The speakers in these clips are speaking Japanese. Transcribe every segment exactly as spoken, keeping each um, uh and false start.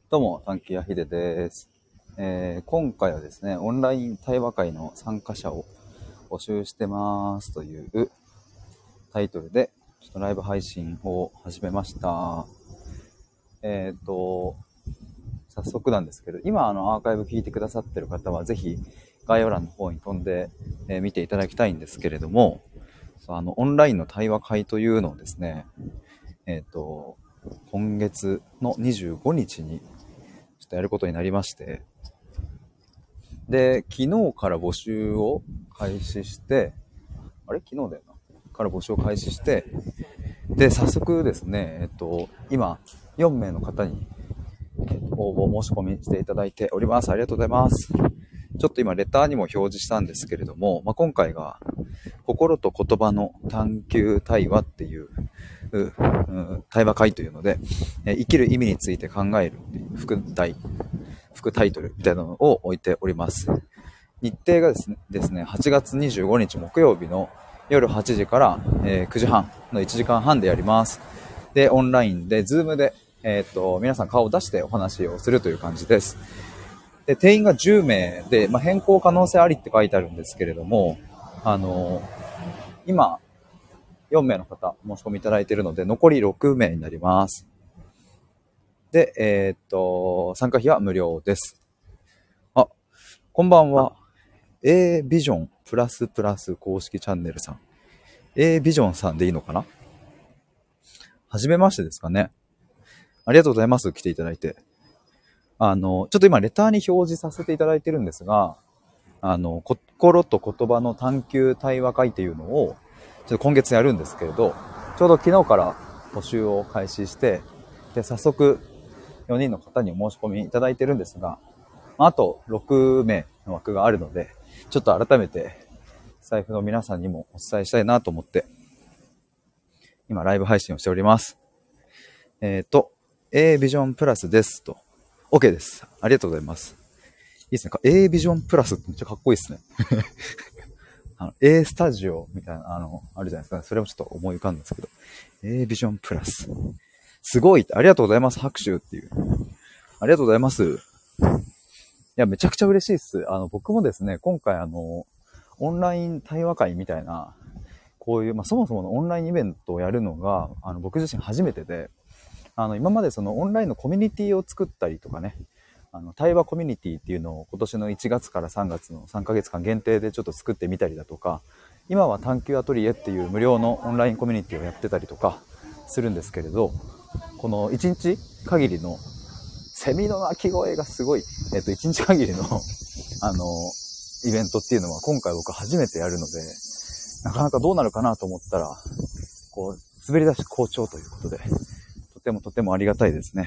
どうも、探求やひでです、えー。今回はですね、オンライン対話会の参加者を募集してますというタイトルで、ちょっとライブ配信を始めました。えっと、早速なんですけど、今あのアーカイブ聞いてくださってる方は、ぜひ概要欄の方に飛んで、えー見ていただきたいんですけれども、あのオンラインの対話会というのをですね、えっと、今月のにじゅうごにちにちょっとやることになりまして、で、昨日から募集を開始して、あれ昨日だよな。から募集を開始して、で、早速ですね、えっと、今、よんめいの方に、えっと、応募申し込みしていただいております。ありがとうございます。ちょっと今、レターにも表示したんですけれども、まあ、今回が、心と言葉の探求対話っていう、うう対話会というので、え生きる意味について考えるっていう副題、副タイトルみたいなのを置いております。日程がですね、ですねはちがつにじゅうごにち木曜日の夜はちじから、えー、くじはんのいちじかんはんでやります。で、オンラインで、ズームで、えっと、皆さん顔を出してお話をするという感じです。で、定員がじゅうめいで、まあ、変更可能性ありって書いてあるんですけれども、あのー、今、よんめいの方申し込みいただいているので、残りろくめいになります。で、えっと、参加費は無料です。あ、こんばんは。A ビジョンプラスプラス公式チャンネルさん。A ビジョンさんでいいのかな？はじめましてですかね。ありがとうございます。来ていただいて。あの、ちょっと今レターに表示させていただいてるんですが、あの、心と言葉の探求対話会っていうのを、ちょっと今月やるんですけれど、ちょうど昨日から募集を開始して、で、早速よにんの方にお申し込みいただいてるんですが、あとろくめいの枠があるので、ちょっと改めてスタイフの皆さんにもお伝えしたいなと思って、今ライブ配信をしております。えっと、A ビジョンプラスですと。OK です。ありがとうございます。いいですね。A ビジョンプラスってめっちゃかっこいいですね。あの A スタジオみたいな、あの、あるじゃないですか。それもちょっと思い浮かんだんですけど。A ビジョンプラス。すごい。ありがとうございます。拍手っていう。ありがとうございます。いや、めちゃくちゃ嬉しいです。あの、僕もですね、今回あの、オンライン対話会みたいな、こういう、まあ、そもそものオンラインイベントをやるのが、あの、僕自身初めてで、あの、今までそのオンラインのコミュニティを作ったりとかね、あの、対話コミュニティっていうのを今年のいちがつからさんがつのさんかげつかん限定でちょっと作ってみたりだとか、今は探求アトリエっていう無料のオンラインコミュニティをやってたりとかするんですけれど、このいちにち限りのセミの鳴き声がすごい、えっと、いちにち限りの、あの、イベントっていうのは今回僕初めてやるので、なかなかどうなるかなと思ったら、こう、滑り出し好調ということで、とてもとてもありがたいですね。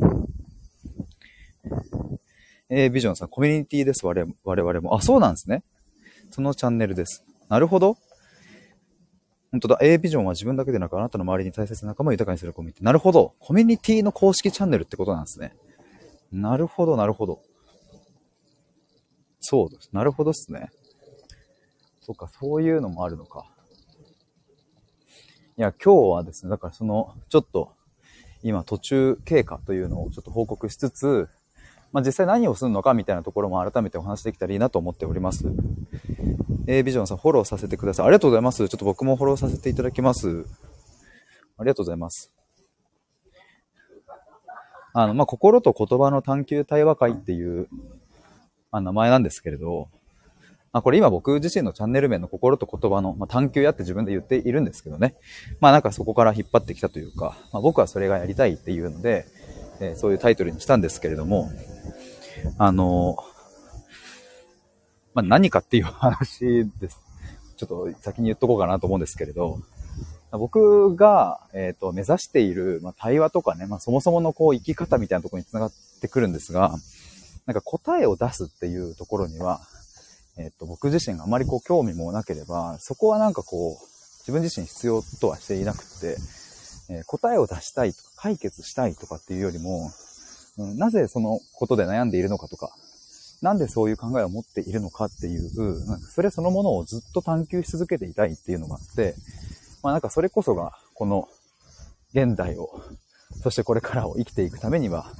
えー、ビジョンさん、コミュニティです、我々我々も。あ、そうなんですね。そのチャンネルです。なるほど。本当だ。A ビジョンは自分だけでなく、あなたの周りに大切な仲間を豊かにするコミュニティ。なるほど。コミュニティの公式チャンネルってことなんですね。なるほど、なるほど。そうです。なるほどっすね。そっか、そういうのもあるのか。いや、今日はですね、だからその、ちょっと、今途中経過というのをちょっと報告しつつ、まあ、実際何をするのかみたいなところも改めてお話できたらいいなと思っております。A ビジョンさんフォローさせてください。ありがとうございます。ちょっと僕もフォローさせていただきます。ありがとうございます。あの、まあ、心と言葉の探求対話会っていうあ名前なんですけれど、まあ、これ今僕自身のチャンネル名の心と言葉の、まあ、探求やって自分で言っているんですけどね。まあなんかそこから引っ張ってきたというか、まあ、僕はそれがやりたいっていうので、えー、そういうタイトルにしたんですけれども、あのー、まあ何かっていう話です。ちょっと先に言っとこうかなと思うんですけれど、僕が、えっと、目指している、まあ、対話とかね、まあそもそものこう生き方みたいなところにつながってくるんですが、なんか答えを出すっていうところには、えっと、僕自身があまりこう興味もなければ、そこはなんかこう、自分自身必要とはしていなくて、えー、答えを出したいとか、解決したいとかっていうよりも、うん、なぜそのことで悩んでいるのかとか、なんでそういう考えを持っているのかっていう、なんかそれそのものをずっと探求し続けていたいっていうのがあって、まあなんかそれこそが、この現代を、そしてこれからを生きていくためには、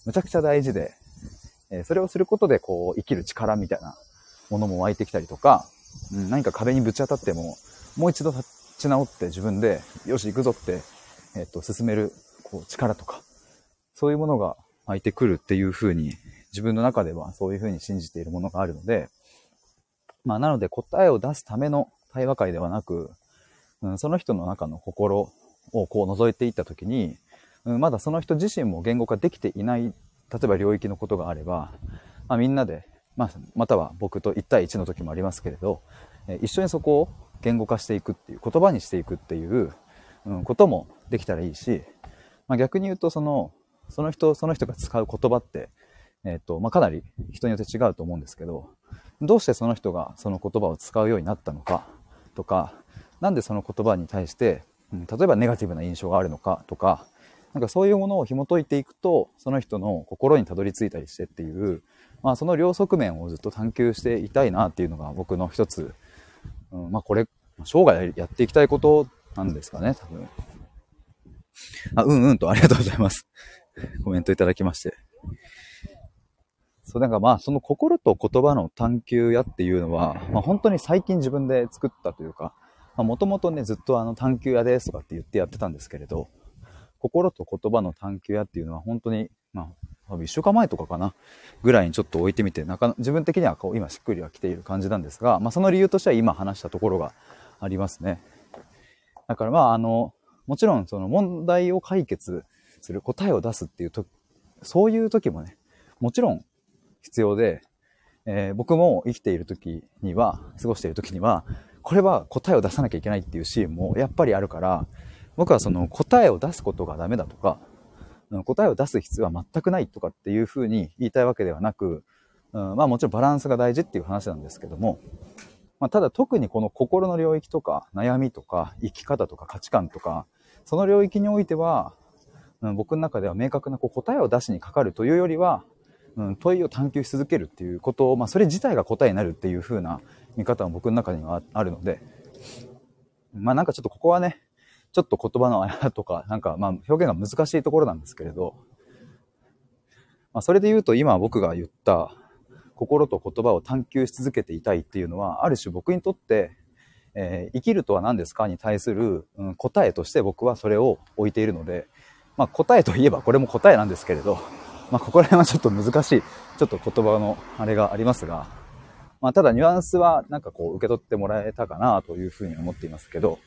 むちゃくちゃ大事で、えー、それをすることでこう生きる力みたいなものも湧いてきたりとか、うん、何か壁にぶち当たってももう一度立ち直って自分でよし行くぞって、えっと進めるこう力とか、そういうものが湧いてくるっていう風に自分の中ではそういう風に信じているものがあるので、まあなので答えを出すための対話会ではなく、うん、その人の中の心をこう覗いていったときに、うん、まだその人自身も言語化できていない、例えば領域のことがあれば、まあ、みんなで、まあ、または僕といち対いちの時もありますけれど、え一緒にそこを言語化していくっていう、言葉にしていくっていう、うん、こともできたらいいし、まあ、逆に言うとその、その人、その人が使う言葉って、えっと、まあ、かなり人によって違うと思うんですけど、どうしてその人がその言葉を使うようになったのかとか、なんでその言葉に対して、うん、例えばネガティブな印象があるのかとか、なんかそういうものを紐解いていくと、その人の心にたどり着いたりしてっていう、まあその両側面をずっと探求していたいなっていうのが僕の一つ、うん、まあこれ、生涯やっていきたいことなんですかね、多分。あ、うんうんとありがとうございます。コメントいただきまして。そう、なんかまあその心と言葉の探求やっていうのは、まあ本当に最近自分で作ったというか、もともとねずっとあの探求屋ですとかって言ってやってたんですけれど、心と言葉の探求屋っていうのは本当に、まあ多分いっしゅうかんまえとかかなぐらいにちょっと置いてみて、なか自分的にはこう今しっくりはきている感じなんですが、まあその理由としては今話したところがありますね。だからまああのもちろんその問題を解決する、答えを出すっていうと、そういう時もねもちろん必要で、えー、僕も生きている時には、過ごしている時には、これは答えを出さなきゃいけないっていうシーンもやっぱりあるから、僕はその答えを出すことがダメだとか、答えを出す必要は全くないとかっていうふうに言いたいわけではなく、うん、まあもちろんバランスが大事っていう話なんですけども、まあ、ただ特にこの心の領域とか悩みとか生き方とか価値観とか、その領域においては、うん、僕の中では明確なこう答えを出しにかかるというよりは、うん、問いを探求し続けるっていうことを、まあ、それ自体が答えになるっていう風な見方は僕の中にはあるので、まあなんかちょっとここはね、ちょっと言葉のあやとか、なんかまあ表現が難しいところなんですけれど、まあそれで言うと今僕が言った心と言葉を探求し続けていたいっていうのは、ある種僕にとって、えー、生きるとは何ですかに対する、うん、答えとして僕はそれを置いているので、まあ答えといえばこれも答えなんですけれど、まあ、ここら辺はちょっと難しい、ちょっと言葉のあれがありますが、まあ、ただニュアンスはなんかこう受け取ってもらえたかなというふうに思っていますけど、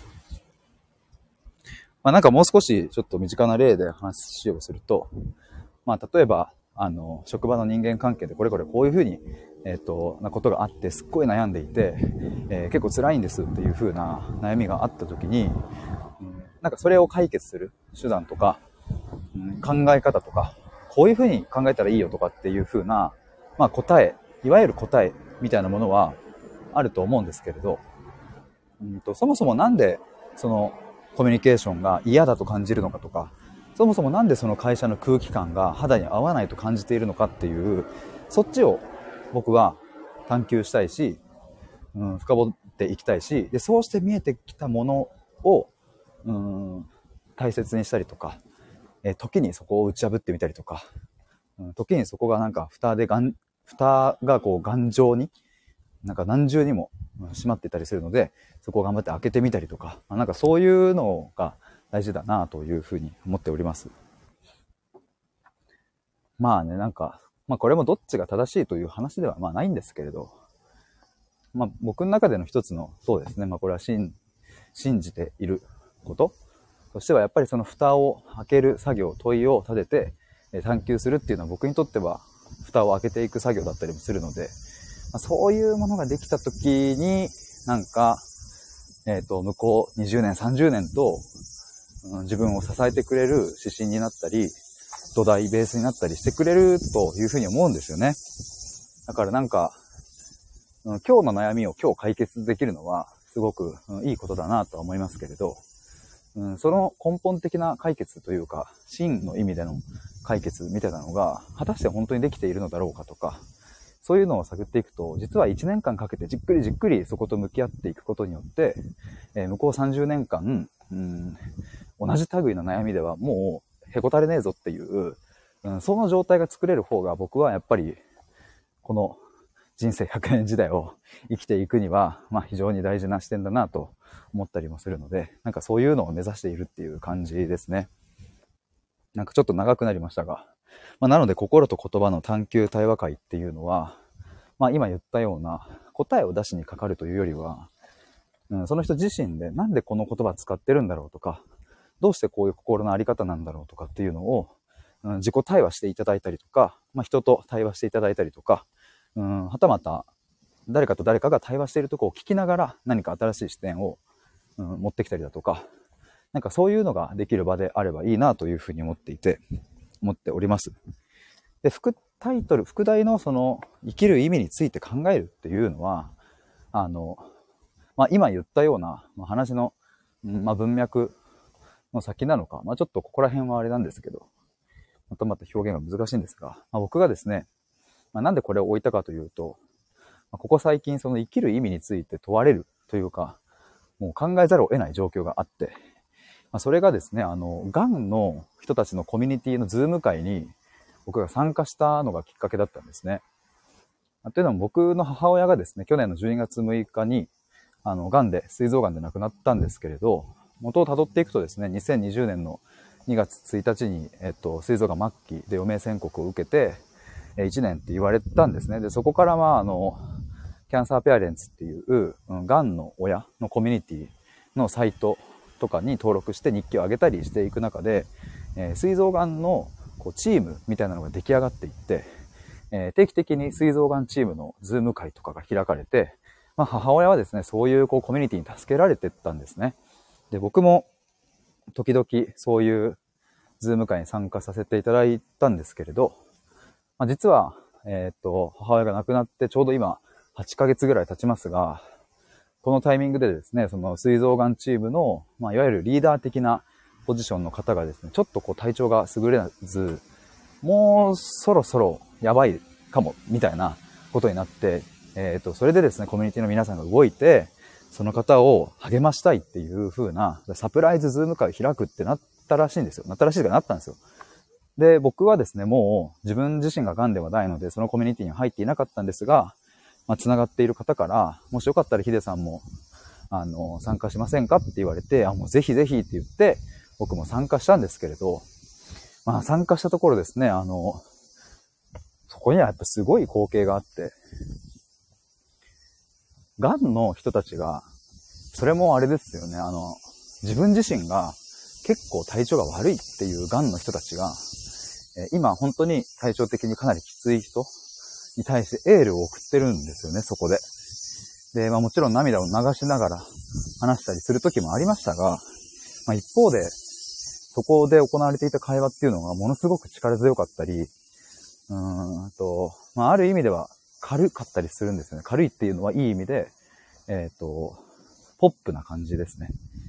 まあ、なんかもう少しちょっと身近な例で話をすると、まあ、例えば、あの、職場の人間関係でこれこれこういうふうに、えっと、なことがあって、すっごい悩んでいて、えー、結構辛いんですっていうふうな悩みがあったときに、うん、なんかそれを解決する手段とか、うん、考え方とか、こういうふうに考えたらいいよとかっていうふうな、まあ答え、いわゆる答えみたいなものはあると思うんですけれど、うんと、そもそもなんでそのコミュニケーションが嫌だと感じるのかとか、そもそもなんでその会社の空気感が肌に合わないと感じているのかっていう、そっちを僕は探求したいし、うん、深掘っていきたいし、で、そうして見えてきたものを、うん、大切にしたりとか、え時にそこを打ち破ってみたりとか、うん、時にそこがなんか蓋でがん蓋がこう頑丈になんか何重にも閉まっていたりするので、そこを頑張って開けてみたりとか、なんかそういうのが大事だなというふうに思っております。まあね、なんか、まあこれもどっちが正しいという話ではまあないんですけれど、まあ僕の中での一つの、そうですね、まあこれは信信じていることとしては、やっぱりその蓋を開ける作業、問いを立てて探求するっていうのは僕にとっては蓋を開けていく作業だったりもするので、まあ、そういうものができた時になんか、えっと、向こうにじゅうねん、さんじゅうねんと、うん、自分を支えてくれる指針になったり、土台ベースになったりしてくれるというふうに思うんですよね。だからなんか、うん、今日の悩みを今日解決できるのはすごく、うん、いいことだなとは思いますけれど、うん、その根本的な解決というか、真の意味での解決みたいなのが、果たして本当にできているのだろうかとか、そういうのを探っていくと、実はいちねんかんかけてじっくりじっくりそこと向き合っていくことによって、えー、向こうさんじゅうねんかん、うん、同じ類の悩みではもうへこたれねえぞっていう、 うん、その状態が作れる方が僕はやっぱりこの人生ひゃくねん時代を生きていくには、まあ非常に大事な視点だなと思ったりもするので、なんかそういうのを目指しているっていう感じですね。なんかちょっと長くなりましたが、まあ、なので心と言葉の探求対話会っていうのは、まあ今言ったような答えを出しにかかるというよりは、うん、その人自身でなんでこの言葉使ってるんだろうとか、どうしてこういう心のあり方なんだろうとかっていうのを、うん、自己対話していただいたりとか、まあ、人と対話していただいたりとか、うん、はたまた誰かと誰かが対話しているところを聞きながら何か新しい視点を、うん、持ってきたりだとか、なんかそういうのができる場であればいいなというふうに思っていて、思っております。で、副タイトル、副題のその生きる意味について考えるっていうのは、あの、まあ、今言ったような、まあ、話の、まあ、文脈の先なのか、まあ、ちょっとここら辺はあれなんですけど、またまた表現が難しいんですが、まあ、僕がですね、まあ、なんでこれを置いたかというと、まあ、ここ最近その生きる意味について問われるというか、もう考えざるを得ない状況があって、まあ、それがですね、あの、がんの人たちのコミュニティのズーム会に僕が参加したのがきっかけだったんですね。というのも僕の母親がですね、去年のじゅうにがつむいかに、あの、癌で、膵臓癌で亡くなったんですけれど、元をたどっていくとですね、にせんにじゅうねんのにがつついたちに、えっと、膵臓が末期で余命宣告を受けて、いちねんって言われたんですね。で、そこからまあ、あの、キャンサーペアレンツっていう、うん、癌の親のコミュニティのサイトとかに登録して日記を上げたりしていく中で、えー、膵臓癌のこうチームみたいなのが出来上がっていって、えー、定期的に膵臓癌チームのズーム会とかが開かれて、まあ、母親はですね、そういうこうコミュニティに助けられてったんですね。で、僕も時々そういうズーム会に参加させていただいたんですけれど、まあ、実は、えっと、母親が亡くなってちょうど今はちかげつぐらい経ちますが、このタイミングでですね、その膵臓癌チームの、まあ、いわゆるリーダー的なポジションの方がですね、ちょっとこう体調が優れず、もうそろそろやばいかも、みたいなことになって、えっと、それでですね、コミュニティの皆さんが動いて、その方を励ましたいっていう風な、サプライズズーム会を開くってなったらしいんですよ。なったらしいかなったんですよ。で、僕はですね、もう自分自身が癌ではないので、そのコミュニティに入っていなかったんですが、まあ、繋がっている方から、もしよかったらヒデさんも、あの、参加しませんかって言われて、あ、もうぜひぜひって言って、僕も参加したんですけれど、まあ参加したところですね、あの、そこにはやっぱすごい光景があって、癌の人たちが、それもあれですよね、あの、自分自身が結構体調が悪いっていう癌の人たちが、今本当に体調的にかなりきつい人に対してエールを送ってるんですよね、そこで。で、まあもちろん涙を流しながら話したりする時もありましたが、まあ一方で、そこで行われていた会話っていうのがものすごく力強かったり、うーんと、まあある意味では軽かったりするんですよね。軽いっていうのはいい意味で、えっと、ポップな感じですね。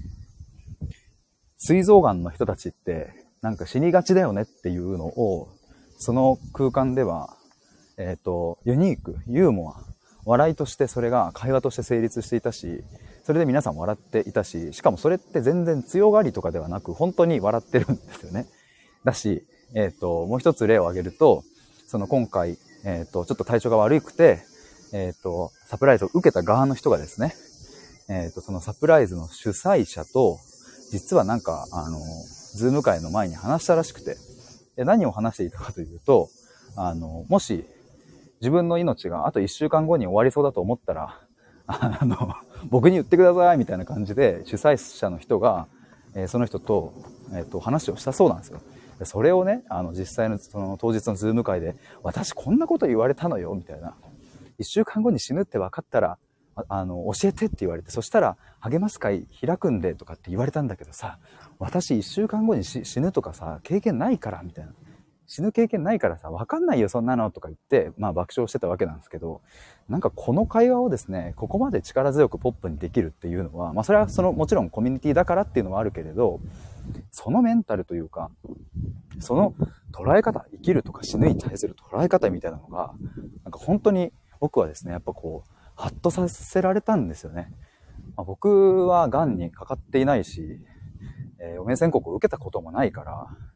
膵臓癌の人たちってなんか死にがちだよねっていうのを、その空間では、えっと、ユニーク、ユーモア、笑いとしてそれが会話として成立していたし、それで皆さん笑っていたし、しかもそれって全然強がりとかではなく、本当に笑ってるんですよね。だし、えっと、もう一つ例を挙げると、その今回、えっと、ちょっと体調が悪くて、えっと、サプライズを受けた側の人がですね、えっと、そのサプライズの主催者と、実はなんか、あの、ズーム会の前に話したらしくて、で何を話していたかというと、あの、もし、自分の命があといっしゅうかんごに終わりそうだと思ったら、あの、僕に言ってくださいみたいな感じで主催者の人が、えー、その人と、えっと、話をしたそうなんですよ。それをね、あの、実際のその当日のズーム会で、私こんなこと言われたのよ、みたいな。いっしゅうかんごに死ぬって分かったら、あの、教えてって言われて、そしたら、励ます会開くんでとかって言われたんだけどさ、私いっしゅうかんごに死ぬとかさ、経験ないから、みたいな。死ぬ経験ないからさ、わかんないよ、そんなのとか言って、まあ爆笑してたわけなんですけど、なんかこの会話をですね、ここまで力強くポップにできるっていうのは、まあそれはその、もちろんコミュニティだからっていうのはあるけれど、そのメンタルというか、その捉え方、生きるとか死ぬに対する捉え方みたいなのが、なんか本当に僕はですね、やっぱこう、ハッとさせられたんですよね。まあ、僕は癌にかかっていないし、えー、余命宣告を受けたこともないから、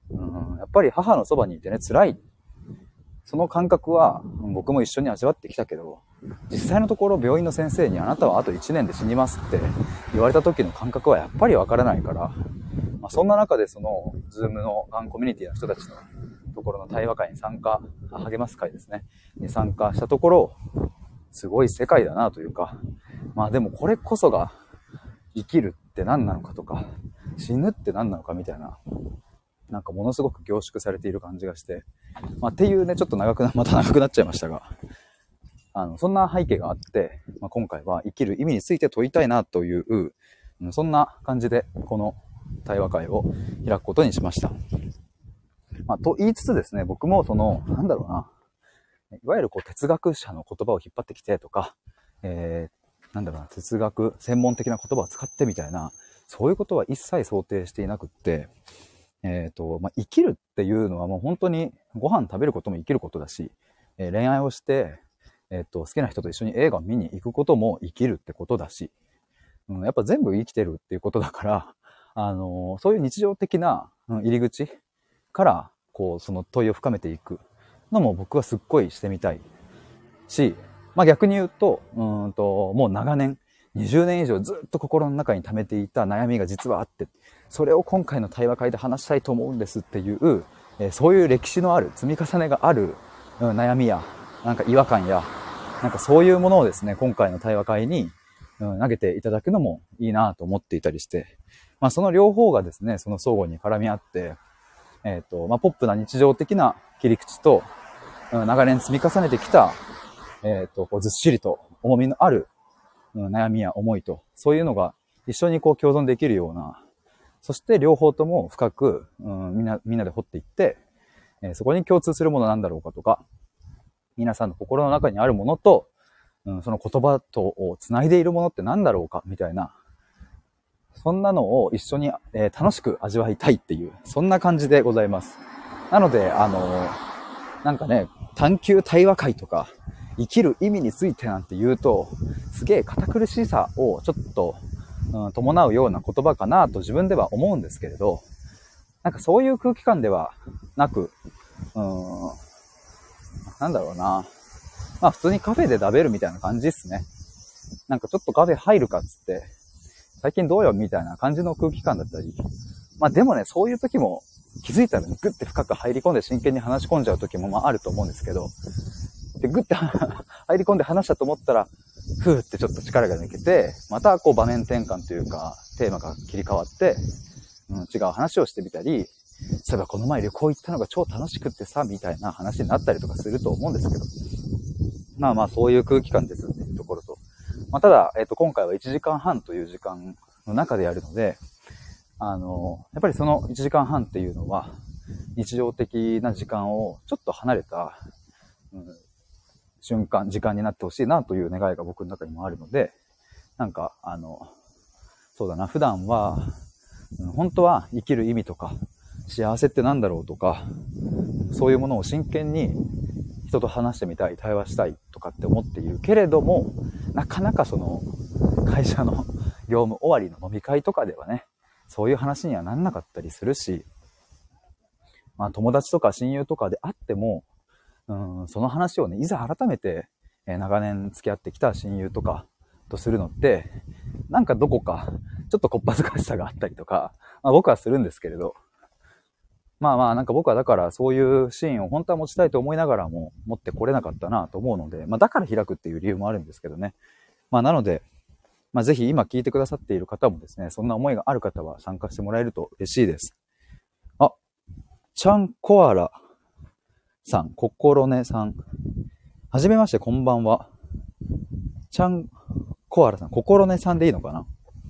うん、やっぱり母のそばにいてね、辛い。その感覚は僕も一緒に味わってきたけど、実際のところ病院の先生にあなたはあといちねんで死にますって言われた時の感覚はやっぱりわからないから、まあ、そんな中でその Zoom のがんコミュニティの人たちのところの対話会に参加、励ます会ですね、に参加したところ、すごい世界だなというか、まあでもこれこそが生きるって何なのかとか、死ぬって何なのかみたいな、なんかものすごく凝縮されている感じがして、まあっていうね、ちょっと長くな、また長くなっちゃいましたが、あの、そんな背景があって、まあ、今回は生きる意味について問いたいなという、うん、そんな感じでこの対話会を開くことにしました。まあ、と言いつつですね、僕もその、なんだろうな、いわゆるこう哲学者の言葉を引っ張ってきてとか、えー、なんだろうな、哲学専門的な言葉を使ってみたいな、そういうことは一切想定していなくって、えっと、まあ、生きるっていうのはもう本当にご飯食べることも生きることだし、えー、恋愛をして、えっと、好きな人と一緒に映画を見に行くことも生きるってことだし、うん、やっぱ全部生きてるっていうことだから、あのー、そういう日常的な入り口から、こう、その問いを深めていくのも僕はすっごいしてみたいし、まあ逆に言うと、うーんと、もう長年、にじゅうねん以上ずっと心の中に溜めていた悩みが実はあって、それを今回の対話会で話したいと思うんですっていう、えー、そういう歴史のある、積み重ねがある、うん、悩みや、なんか違和感や、なんかそういうものをですね、今回の対話会に、うん、投げていただくのもいいなと思っていたりして、まあその両方がですね、その相互に絡み合って、えっと、まあポップな日常的な切り口と、うん、長年積み重ねてきた、えっと、こうずっしりと重みのある、うん、悩みや思いと、そういうのが一緒にこう共存できるような、そして両方とも深く、うん、みんな、みんなで掘っていって、えー、そこに共通するものなんだろうかとか、皆さんの心の中にあるものと、うん、その言葉とを繋いでいるものって何だろうかみたいな、そんなのを一緒に、えー、楽しく味わいたいっていう、そんな感じでございます。なので、あのー、なんかね、探求対話会とか、生きる意味についてなんて言うと、すげえ堅苦しさをちょっと、うん、伴うような言葉かなと自分では思うんですけれど、なんかそういう空気感ではなく、うーん、なんだろうな。まあ普通にカフェで食べるみたいな感じですね。なんかちょっとカフェ入るかっつって、最近どうよみたいな感じの空気感だったり。まあでもね、そういう時も気づいたらグッて深く入り込んで真剣に話し込んじゃう時もまああると思うんですけど、で、グッて入り込んで話したと思ったら、ふーってちょっと力が抜けて、またこう場面転換というか、テーマが切り替わって、うん、違う話をしてみたり、そういえばこの前旅行行ったのが超楽しくってさ、みたいな話になったりとかすると思うんですけど、まあまあそういう空気感ですっていうところと、まあただ、えっと今回はいちじかんはんという時間の中でやるので、あの、やっぱりそのいちじかんはんっていうのは、日常的な時間をちょっと離れた、うん、瞬間、時間になってほしいなという願いが僕の中にもあるので、なんか、あの、そうだな、普段は、うん、本当は生きる意味とか、幸せってなんだろうとか、そういうものを真剣に人と話してみたい、対話したいとかって思っているけれども、なかなかその、会社の業務終わりの飲み会とかではね、そういう話にはなんなかったりするし、まあ友達とか親友とかであっても、うん、その話をね、いざ改めて、えー、長年付き合ってきた親友とかとするのって、なんかどこか、ちょっとこっぱずかしさがあったりとか、まあ僕はするんですけれど、まあまあなんか僕はだからそういうシーンを本当は持ちたいと思いながらも持ってこれなかったなと思うので、まあだから開くっていう理由もあるんですけどね。まあなので、まあぜひ今聞いてくださっている方もですね、そんな思いがある方は参加してもらえると嬉しいです。あ、ちゃんコアラさん、こころねさん。はじめまして、こんばんは。ちゃんコアラさん、こころねさんでいいのかな？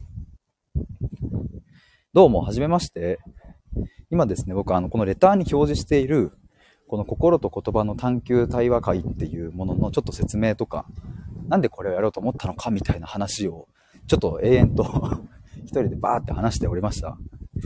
どうも、はじめまして。今ですね、僕はあの、このレターに表示している、この心と言葉の探求対話会っていうもののちょっと説明とか、なんでこれをやろうと思ったのかみたいな話を、ちょっと永遠と一人でバーって話しておりました。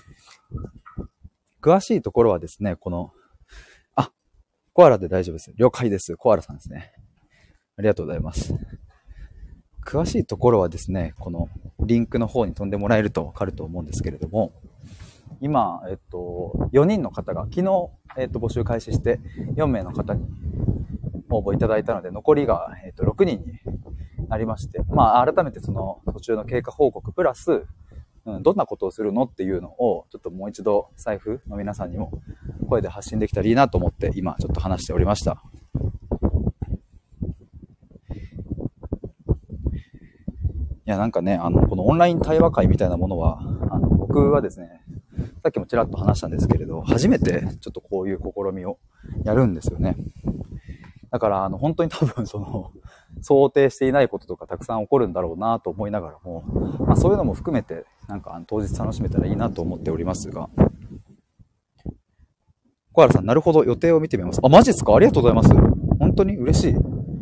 詳しいところはですね、この、あ、コアラで大丈夫です。了解です。コアラさんですね。ありがとうございます。詳しいところはですね、このリンクの方に飛んでもらえるとわかると思うんですけれども、 今、えっと、よにんの方が、昨日、えっと、募集開始して、よんめいの方に応募いただいたので、残りが、えっと、ろくにんになりまして、まあ、改めてその途中の経過報告プラス、うん、どんなことをするのっていうのを、ちょっともう一度財布の皆さんにも声で発信できたらいいなと思って、今ちょっと話しておりました。いや、なんかね、あの、このオンライン対話会みたいなものは、あの、僕はですね、さっきもちらっと話したんですけれど、初めてちょっとこういう試みをやるんですよね。だから、あの、本当に多分その、想定していないこととかたくさん起こるんだろうなと思いながらも、まあ、そういうのも含めて、なんかあの当日楽しめたらいいなと思っておりますが、小原さん、なるほど、予定を見てみます。あ、マジですか？ありがとうございます。本当に嬉しい。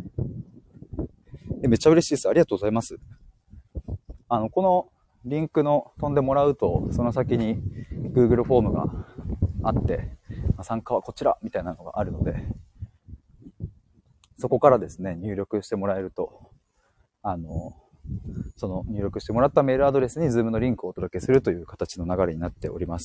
え、めっちゃ嬉しいです。ありがとうございます。あの、このリンクの飛んでもらうと、その先に Google フォームがあって、まあ、参加はこちらみたいなのがあるので、そこからですね、入力してもらえると、あの、その入力してもらったメールアドレスに Zoom のリンクをお届けするという形の流れになっております。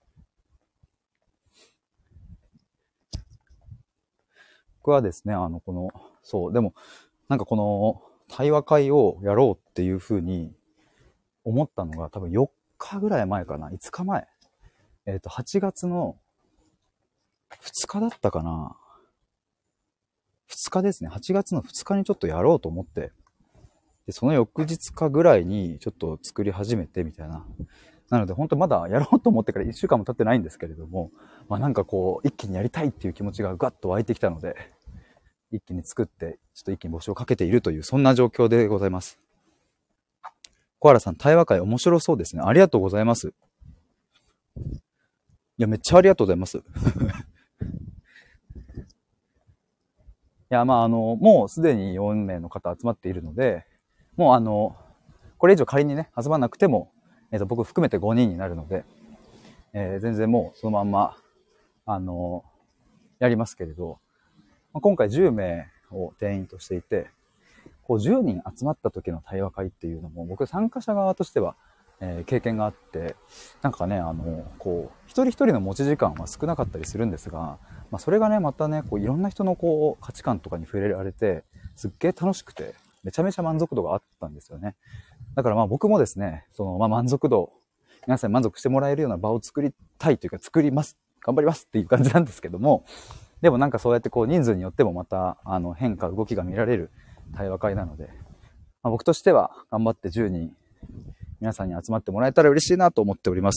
僕はですね、あの、この、そう、でも、なんかこの対話会をやろうっていうふうに思ったのが多分よっかぐらい前かな、いつかまえ。えっと、はちがつのふつかだったかな。ふつかですね。はちがつのふつかにちょっとやろうと思って、で、その翌日かぐらいにちょっと作り始めてみたいな。なので本当まだやろうと思ってからいっしゅうかんも経ってないんですけれども、まあなんかこう、一気にやりたいっていう気持ちがガッと湧いてきたので、一気に作って、ちょっと一気に募集をかけているという、そんな状況でございます。小原さん、対話会面白そうですね。ありがとうございます。いや、めっちゃありがとうございます。いや、まあ、あの、もうすでによんめいの方集まっているので、もうあの、これ以上仮にね、集まらなくても、えっと、僕含めてごにんになるので、えー、全然もうそのまんま、あの、やりますけれど、今回じゅうめいを定員としていて、こうじゅうにん集まった時の対話会っていうのも、僕参加者側としては、えー、経験があって、なんかね、あの、こう、一人一人の持ち時間は少なかったりするんですが、まあ、それがね、またね、こう、いろんな人のこう、価値観とかに触れられて、すっげー楽しくて、めちゃめちゃ満足度があったんですよね。だからまあ僕もですね、その、まあ満足度、皆さんに満足してもらえるような場を作りたいというか、作ります。頑張りますっていう感じなんですけども、でもなんかそうやってこう、人数によってもまた、あの、変化、動きが見られる対話会なので、まあ、僕としては頑張ってじゅうにん皆さんに集まってもらえたら嬉しいなと思っております。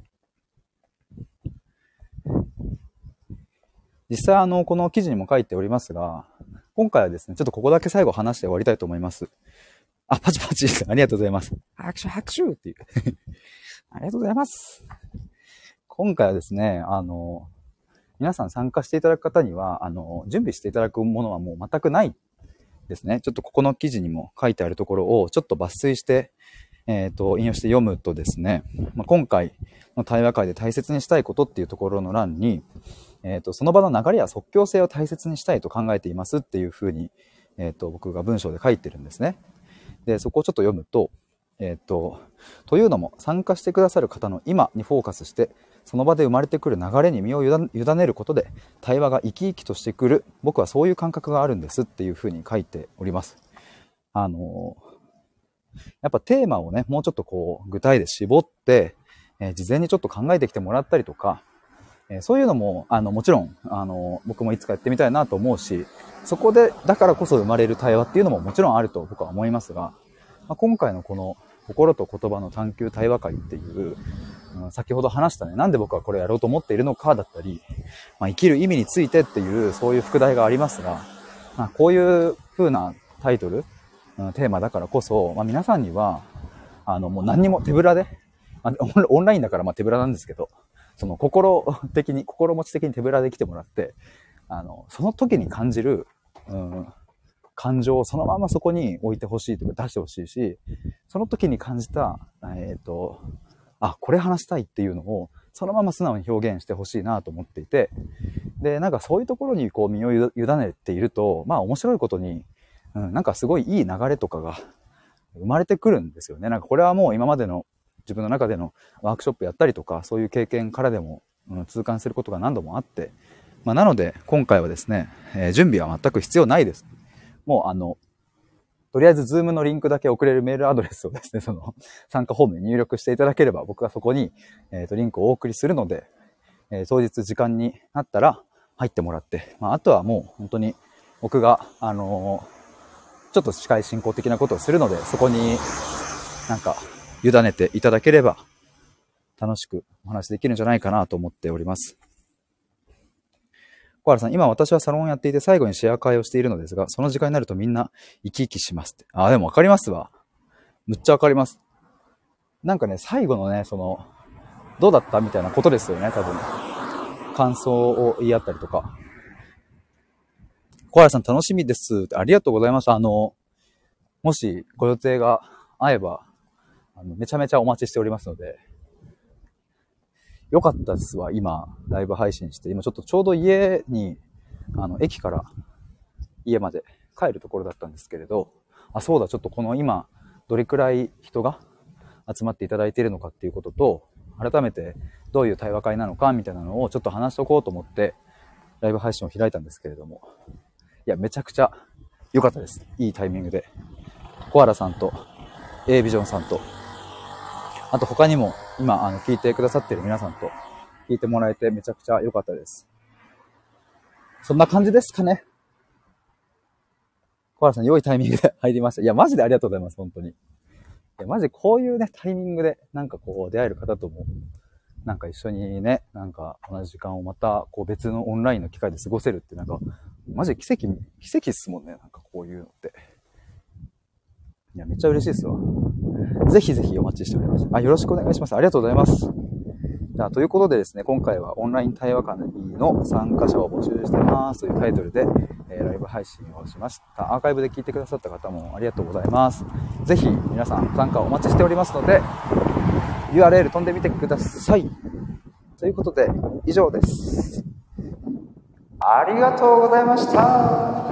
実際あのこの記事にも書いておりますが、今回はですね、ちょっとここだけ最後話して終わりたいと思います。あ、パチパチありがとうございます。拍手拍手っていうありがとうございます。今回はですね、あの皆さん参加していただく方にはあの準備していただくものはもう全くないですね。ちょっとここの記事にも書いてあるところをちょっと抜粋して、えっと、引用して読むとですね、まあ、今回の対話会で大切にしたいことっていうところの欄に、えっと、その場の流れや即興性を大切にしたいと考えていますっていうふうに、えっと、僕が文章で書いてるんですね。で、そこをちょっと読むと、えっと、というのも参加してくださる方の今にフォーカスして、その場で生まれてくる流れに身を委ねることで対話が生き生きとしてくる、僕はそういう感覚があるんですっていうふうに書いております。あのやっぱテーマをねもうちょっとこう具体で絞って、えー、事前にちょっと考えてきてもらったりとか、えー、そういうのもあのもちろんあの僕もいつかやってみたいなと思うし、そこでだからこそ生まれる対話っていうのももちろんあると僕は思いますが、まあ、今回のこの心と言葉の探求対話会っていう、うん、先ほど話したね、なんで僕はこれやろうと思っているのかだったり、まあ、生きる意味についてっていうそういう副題がありますが、まあ、こういう風なタイトル、うん、テーマだからこそ、まあ、皆さんにはあのもう何にも手ぶらで、まあ、オンラインだからまあ手ぶらなんですけど、その心的に心持ち的に手ぶらで来てもらって、あのその時に感じる、うん、感情をそのままそこに置いてほしいというか出してほしいし、その時に感じた、えっと、あ、これ話したいっていうのをそのまま素直に表現してほしいなと思っていて、で、なんかそういうところにこう身を委ねていると、まあ面白いことに、うん、なんかすごいいい流れとかが生まれてくるんですよね。なんかこれはもう今までの自分の中でのワークショップやったりとか、そういう経験からでも、うん、痛感することが何度もあって、まあ、なので今回はですね、えー、準備は全く必要ないです。もうあの、とりあえず Zoom のリンクだけ送れるメールアドレスをですね、その参加フォームに入力していただければ、僕はそこに、えー、とリンクをお送りするので、えー、当日時間になったら入ってもらって、まあ、あとはもう本当に僕が、あのー、ちょっと司会進行的なことをするので、そこになんか委ねていただければ楽しくお話できるんじゃないかなと思っております。小原さん、今私はサロンをやっていて最後にシェア会をしているのですが、その時間になるとみんな生き生きしますって。あ、でもわかりますわ。むっちゃわかります。なんかね、最後のね、その、どうだったみたいなことですよね、多分。感想を言い合ったりとか。小原さん楽しみです。ありがとうございます。あの、もしご予定が合えば、あのめちゃめちゃお待ちしておりますので、よかったですわ、今、ライブ配信して。今ちょっとちょうど家に、あの、駅から家まで帰るところだったんですけれど、あ、そうだ、ちょっとこの今、どれくらい人が集まっていただいているのかっていうことと、改めてどういう対話会なのかみたいなのをちょっと話しとこうと思って、ライブ配信を開いたんですけれども、いや、めちゃくちゃ良かったです。いいタイミングで。小原さんと、A ビジョンさんと、あと他にも今あの聞いてくださっている皆さんと聞いてもらえてめちゃくちゃ良かったです。そんな感じですかね。小原さん良いタイミングで入りました。いやマジでありがとうございます。本当に。いやマジこういうねタイミングでなんかこう出会える方ともなんか一緒にねなんか同じ時間をまたこう別のオンラインの機会で過ごせるってなんかマジ奇跡奇跡っすもんね。なんかこういうのって。いやめっちゃ嬉しいですわ。ぜひぜひお待ちしております。あ、よろしくお願いします。ありがとうございます。じゃあ、ということでですね、今回はオンライン対話会の参加者を募集してますというタイトルで、えー、ライブ配信をしました。アーカイブで聞いてくださった方もありがとうございます。ぜひ皆さん参加お待ちしておりますので、ユーアールエル 飛んでみてください。ということで、以上です。ありがとうございました。